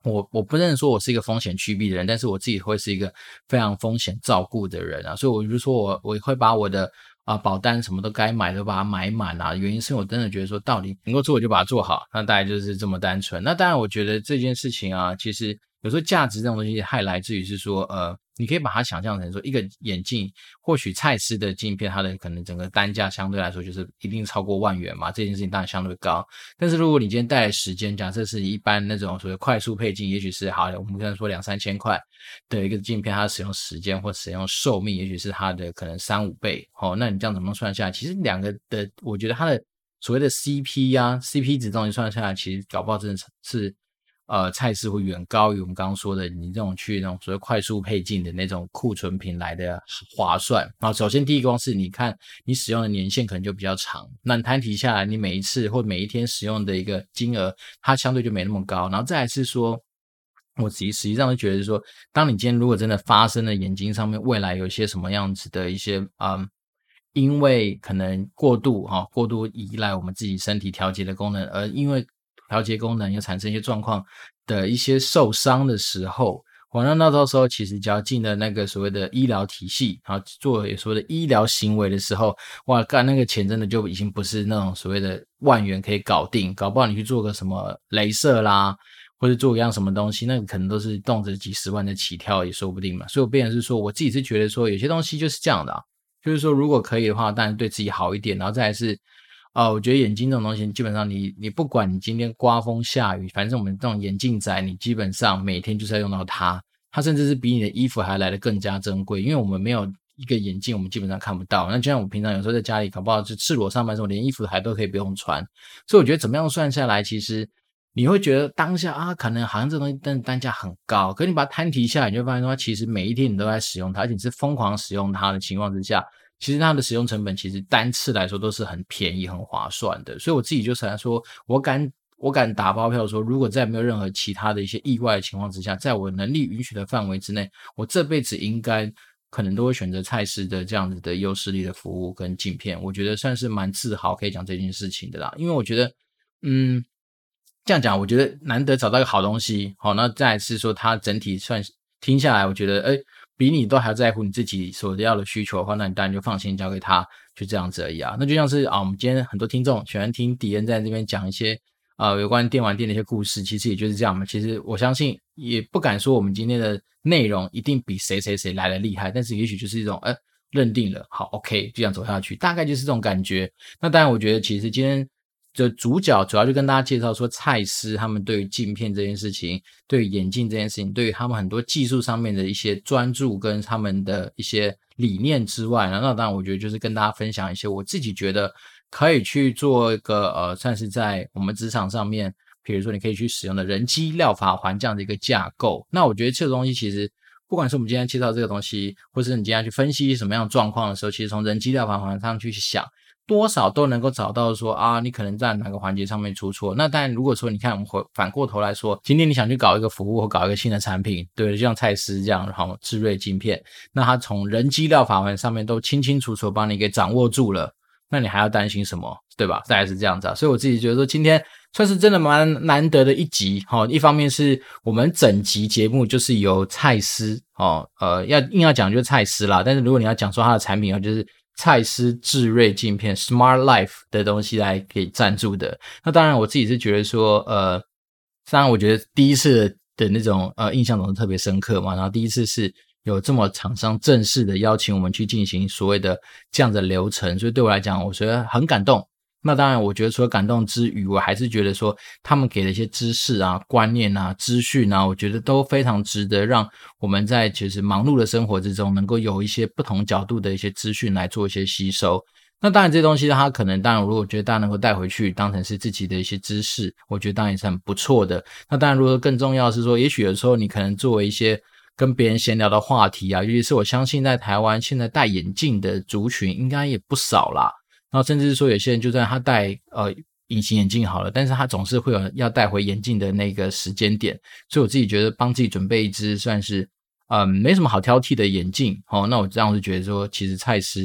S2: 我我不能说我是一个风险趋避的人，但是我自己会是一个非常风险照顾的人啊，所以我就说我我会把我的啊、呃、保单什么都该买都把它买满啊，原因是我真的觉得说到底能够做我就把它做好，那大概就是这么单纯。那当然我觉得这件事情啊，其实有时候价值这种东西还来自于是说呃你可以把它想象成说一个眼镜，或许蔡司的镜片它的可能整个单价相对来说就是一定超过万元嘛，这件事情当然相对高。但是如果你今天带来时间，假设是一般那种所谓快速配镜，也许是好我们可能说两三千块的一个镜片，它的使用时间或使用寿命也许是它的可能三五倍，哦，那你这样怎么算下来，其实两个的我觉得它的所谓的 C P 啊 C P 值这种算下来，其实搞不好真的是呃，蔡司会远高于我们刚刚说的你这种去那种所谓快速配镜的那种库存品来的划算。然后首先第一个光是你看你使用的年限可能就比较长，那你摊提下来你每一次或每一天使用的一个金额它相对就没那么高。然后再来是说我自己实际上就觉得说，当你今天如果真的发生了眼睛上面未来有一些什么样子的一些嗯，因为可能过度啊、哦、过度依赖我们自己身体调节的功能，而因为调节功能又产生一些状况的一些受伤的时候，我那那到时候其实只要进了那个所谓的医疗体系，然后做所谓的医疗行为的时候，哇，干那个钱真的就已经不是那种所谓的万元可以搞定，搞不好你去做个什么雷射啦，或者做一样什么东西，那个可能都是动辄几十万的起跳也说不定嘛。所以我变成是说，我自己是觉得说，有些东西就是这样的啊，就是说如果可以的话，当然对自己好一点，然后再来是。呃，我觉得眼镜这种东西，基本上你你不管你今天刮风下雨，反正我们这种眼镜仔，你基本上每天就是要用到它，它甚至是比你的衣服还来得更加珍贵，因为我们没有一个眼镜，我们基本上看不到。那就像我平常有时候在家里搞不好就赤裸上班的时候，连衣服还都可以不用穿，所以我觉得怎么样算下来，其实你会觉得当下啊，可能好像这东西单单价很高，可是你把它摊提下来，你就会发现说，其实每一天你都在使用它，而且你是疯狂使用它的情况之下。其实它的使用成本其实单次来说都是很便宜很划算的，所以我自己就想说我敢我敢打包票说，如果在没有任何其他的一些意外的情况之下，在我能力允许的范围之内，我这辈子应该可能都会选择蔡司的这样子的优势力的服务跟镜片，我觉得算是蛮自豪可以讲这件事情的啦。因为我觉得嗯这样讲我觉得难得找到一个好东西，好，那再来是说它整体算听下来我觉得诶比你都还要在乎你自己所要的需求的话，那你当然就放心交给他，就这样子而已啊。那就像是啊，我们今天很多听众喜欢听迪恩在这边讲一些呃有关电玩店的一些故事，其实也就是这样嘛。其实我相信也不敢说我们今天的内容一定比谁谁谁来的厉害，但是也许就是一种呃认定了，好 OK 就这样走下去，大概就是这种感觉。那当然我觉得其实今天的主角主要就跟大家介绍说蔡司他们对于镜片这件事情，对于眼镜这件事情，对于他们很多技术上面的一些专注跟他们的一些理念之外，那当然我觉得就是跟大家分享一些我自己觉得可以去做一个呃算是在我们职场上面，比如说你可以去使用的人机料法环这样的一个架构。那我觉得这个东西其实不管是我们今天介绍这个东西，或是你今天去分析什么样的状况的时候，其实从人机料法环上去想多少都能够找到说啊，你可能在哪个环节上面出错。那当然如果说你看我们反过头来说，今天你想去搞一个服务或搞一个新的产品，对，就像蔡司这样，然后智瑞晶片，那它从人机料法环上面都清清楚楚帮你给掌握住了，那你还要担心什么，对吧？大概是这样子啊。所以我自己觉得说今天算是真的蛮难得的一集齁，一方面是我们整集节目就是由蔡司齁，呃要硬要讲就是蔡司啦，但是如果你要讲说它的产品就是蔡司智瑞镜片 Smart Life 的东西来给赞助的。那当然我自己是觉得说呃当然我觉得第一次的那种呃印象总是特别深刻嘛，然后第一次是有这么厂商正式的邀请我们去进行所谓的这样的流程，所以对我来讲我觉得很感动。那当然我觉得除了感动之余，我还是觉得说他们给的一些知识啊观念啊资讯啊，我觉得都非常值得让我们在其实忙碌的生活之中能够有一些不同角度的一些资讯来做一些吸收。那当然这些东西它可能当然如果觉得大家能够带回去当成是自己的一些知识，我觉得当然也是很不错的。那当然如果更重要的是说，也许有时候你可能作为一些跟别人闲聊的话题啊，尤其是我相信在台湾现在戴眼镜的族群应该也不少啦，然后甚至是说有些人就算他戴呃隐形眼镜好了，但是他总是会有要戴回眼镜的那个时间点，所以我自己觉得帮自己准备一支算是呃没什么好挑剔的眼镜齁，那我这样是觉得说其实蔡司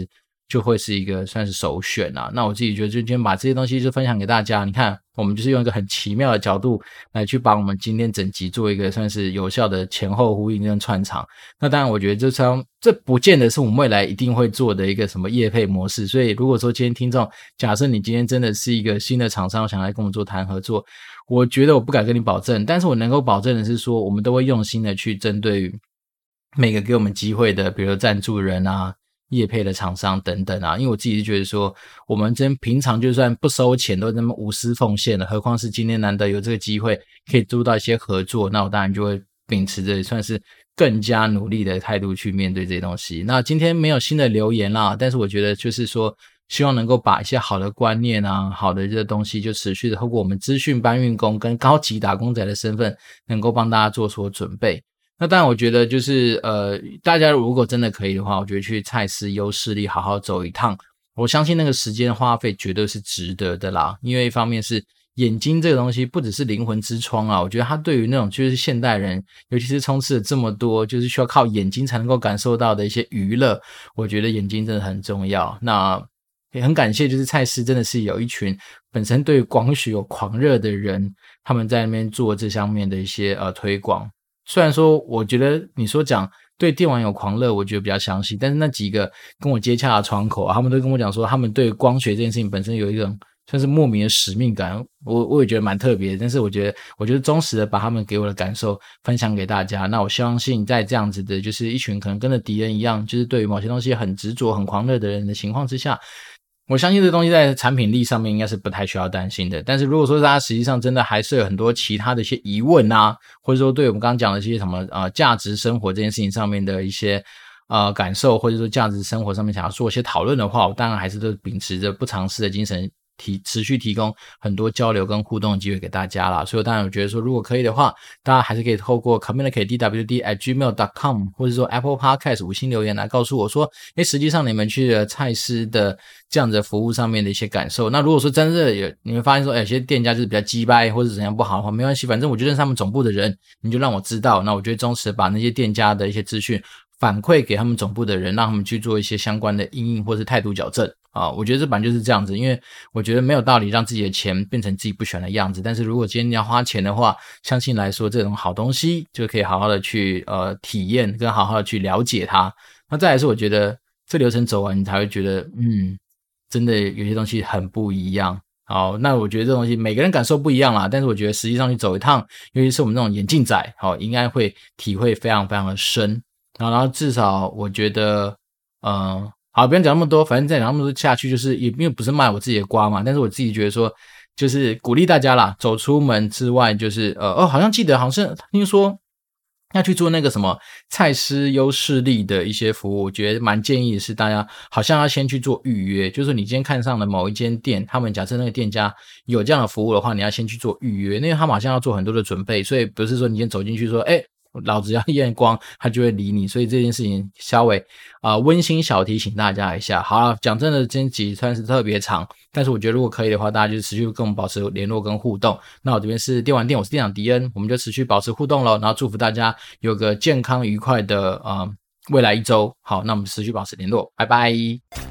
S2: 就会是一个算是首选啊。那我自己觉得就今天把这些东西就分享给大家，你看我们就是用一个很奇妙的角度来去把我们今天整集做一个算是有效的前后呼应跟串场。那当然我觉得这这不见得是我们未来一定会做的一个什么业配模式，所以如果说今天听众假设你今天真的是一个新的厂商想来跟我们做谈合作，我觉得我不敢跟你保证，但是我能够保证的是说我们都会用心的去针对于每个给我们机会的比如赞助人啊业配的厂商等等啊，因为我自己是觉得说我们真平常就算不收钱都这么无私奉献了，何况是今天难得有这个机会可以做到一些合作，那我当然就会秉持着算是更加努力的态度去面对这些东西。那今天没有新的留言啦，但是我觉得就是说希望能够把一些好的观念啊好的这个东西就持续的透过我们资讯搬运工跟高级打工仔的身份能够帮大家做所准备。那当然我觉得就是呃，大家如果真的可以的话，我觉得去蔡司优势力好好走一趟，我相信那个时间花费绝对是值得的啦。因为一方面是眼睛这个东西不只是灵魂之窗啊，我觉得它对于那种就是现代人尤其是充斥了这么多就是需要靠眼睛才能够感受到的一些娱乐，我觉得眼睛真的很重要。那也很感谢就是蔡司真的是有一群本身对光学有狂热的人，他们在那边做这方面的一些呃推广。虽然说我觉得你说讲对电玩有狂热我觉得比较详细，但是那几个跟我接洽的窗口啊，他们都跟我讲说他们对光学这件事情本身有一种算是莫名的使命感，我我也觉得蛮特别的，但是我觉得我觉得忠实的把他们给我的感受分享给大家。那我相信在这样子的就是一群可能跟着敌人一样就是对于某些东西很执着很狂热的人的情况之下，我相信这个东西在产品力上面应该是不太需要担心的。但是如果说大家实际上真的还是有很多其他的一些疑问啊，或者说对我们刚刚讲的这些什么呃价值生活这件事情上面的一些呃感受，或者说价值生活上面想要做一些讨论的话，我当然还是都秉持着不藏私的精神提持续提供很多交流跟互动的机会给大家啦。所以我当然我觉得说如果可以的话，大家还是可以透过 communicate d w d at gmail dot com 或者说 Apple Podcast 五星留言来告诉我说诶实际上你们去了蔡司的这样子的服务上面的一些感受。那如果说真的有你会发现说诶有些店家就是比较鸡掰或者怎样不好的话，没关系，反正我就认识他们总部的人，你就让我知道，那我就会忠实把那些店家的一些资讯反馈给他们总部的人，让他们去做一些相关的因应或是态度矫正啊。我觉得这本来就是这样子，因为我觉得没有道理让自己的钱变成自己不喜欢的样子，但是如果今天你要花钱的话，相信来说这种好东西就可以好好的去呃体验跟好好的去了解它。那再来是我觉得这流程走完你才会觉得嗯真的有些东西很不一样。好，那我觉得这东西每个人感受不一样啦，但是我觉得实际上去走一趟，尤其是我们这种眼镜仔好，应该会体会非常非常的深。然后至少我觉得呃好不用讲那么多，反正再讲那么多下去就是也因为不是卖我自己的瓜嘛，但是我自己觉得说就是鼓励大家啦，走出门之外就是呃哦好像记得好像是听说要去做那个什么蔡司优势力的一些服务，我觉得蛮建议的是大家好像要先去做预约，就是你今天看上了某一间店，他们假设那个店家有这样的服务的话，你要先去做预约，因为他们好像要做很多的准备，所以不是说你今天走进去说诶老子要验光他就会理你，所以这件事情稍微呃温馨小提醒大家一下。好了，讲真的这集算是特别长，但是我觉得如果可以的话，大家就持续跟我们保持联络跟互动。那我这边是电玩店，我是店长迪恩，我们就持续保持互动咯，然后祝福大家有个健康愉快的呃未来一周。好，那我们持续保持联络，拜拜。